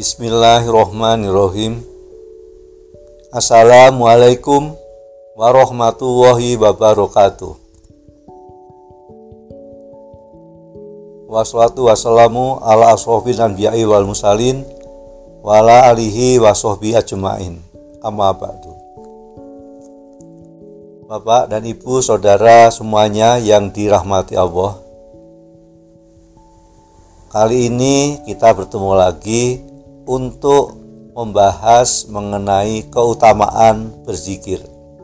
Bismillahirrohmanirrohim. Assalamualaikum warahmatullahi wabarakatuh. Wassalatu wassalamu ala asrofil anbiya'i wal mursalin wa ala alihi wa sahbihi ajma'in. Amma ba'du. Bapak dan Ibu, saudara semuanya yang dirahmati Allah, kali ini kita bertemu lagi untuk membahas mengenai keutamaan berzikir.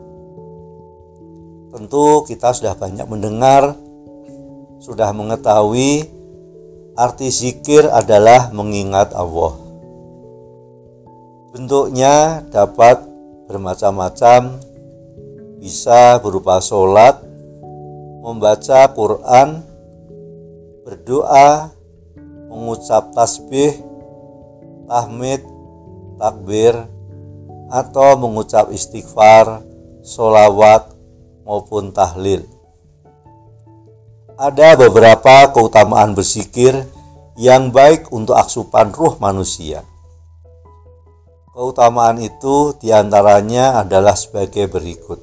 Tentu kita sudah banyak mendengar, sudah mengetahui arti zikir adalah mengingat Allah. Bentuknya dapat bermacam-macam, bisa berupa sholat, membaca Quran, berdoa, mengucap tasbih, tahmid, takbir, atau mengucap istighfar, sholawat, maupun tahlil. Ada beberapa keutamaan berzikir yang baik untuk asupan ruh manusia. Keutamaan itu diantaranya adalah sebagai berikut.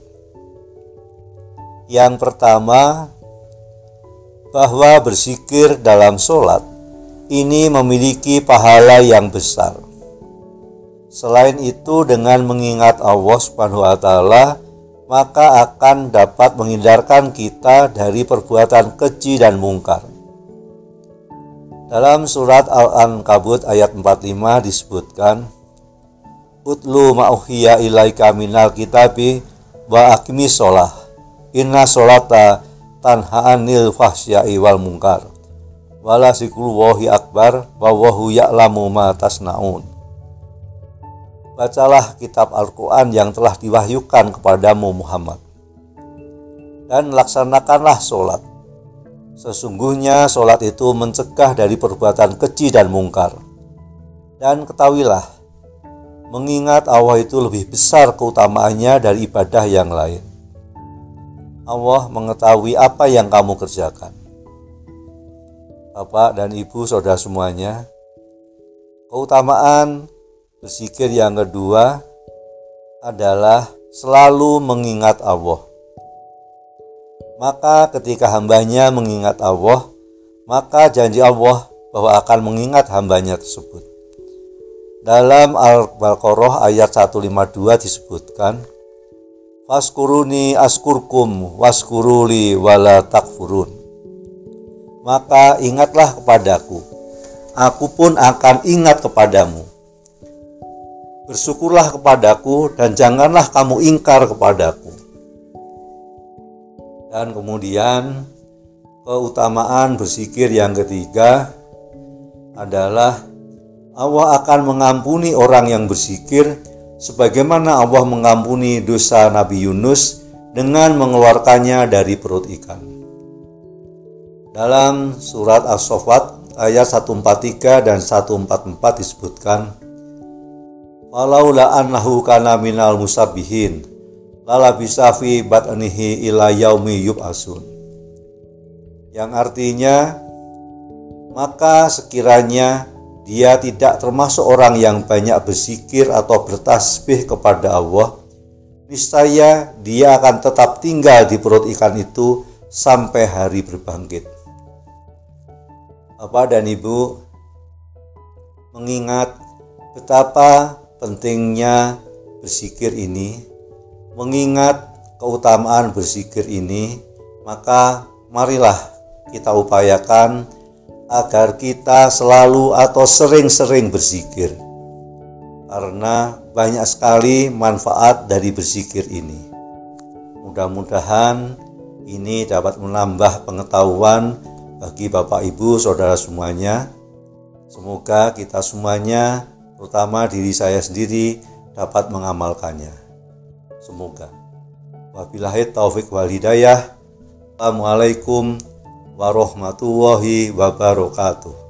Yang pertama, bahwa berzikir dalam sholat ini memiliki pahala yang besar. Selain itu, dengan mengingat Allah Subhanahu wa Ta'ala, maka akan dapat menghindarkan kita dari perbuatan keji dan mungkar. Dalam surat Al-Ankabut ayat 45 disebutkan, Utlu ma'uhiya ilaika minal kitabi wa aqimis sholah, inna sholata tanha anil fahsya'i wal munkar, wala zikrullahi akbar wallahu ya'lamu ma tasnaun. Bacalah kitab Al-Quran yang telah diwahyukan kepadamu Muhammad, dan laksanakanlah sholat. Sesungguhnya sholat itu mencegah dari perbuatan keji dan mungkar. Dan ketahuilah, mengingat Allah itu lebih besar keutamaannya dari ibadah yang lain. Allah mengetahui apa yang kamu kerjakan. Bapak dan Ibu, saudara semuanya, keutamaan berzikir yang kedua adalah selalu mengingat Allah. Maka ketika hambanya mengingat Allah, maka janji Allah bahwa akan mengingat hambanya tersebut. Dalam Al-Baqarah ayat 152 disebutkan, Faskuruni askurkum waskuruli wala takfurun. Maka ingatlah kepadaku, aku pun akan ingat kepadamu. Bersyukurlah kepadaku dan janganlah kamu ingkar kepadaku. Dan kemudian keutamaan berzikir yang ketiga adalah Allah akan mengampuni orang yang berzikir sebagaimana Allah mengampuni dosa Nabi Yunus dengan mengeluarkannya dari perut ikan. Dalam surat As-Saffat ayat 143 dan 144 disebutkan, Walaula annahu kana minal musabbihin lalabisa fi batnihi ila yaumi yub'atsun. Yang artinya, maka sekiranya dia tidak termasuk orang yang banyak berzikir atau bertasbih kepada Allah, niscaya dia akan tetap tinggal di perut ikan itu sampai hari berbangkit. Bapak dan Ibu, mengingat betapa pentingnya berzikir ini, mengingat keutamaan berzikir ini, maka marilah kita upayakan agar kita selalu atau sering-sering berzikir, karena banyak sekali manfaat dari berzikir ini. Mudah-mudahan ini dapat menambah pengetahuan bagi Bapak Ibu saudara semuanya. Semoga kita semuanya, terutama diri saya sendiri, dapat mengamalkannya. Semoga. Wabillahi taufik wal hidayah. Assalamualaikum warahmatullahi wabarakatuh.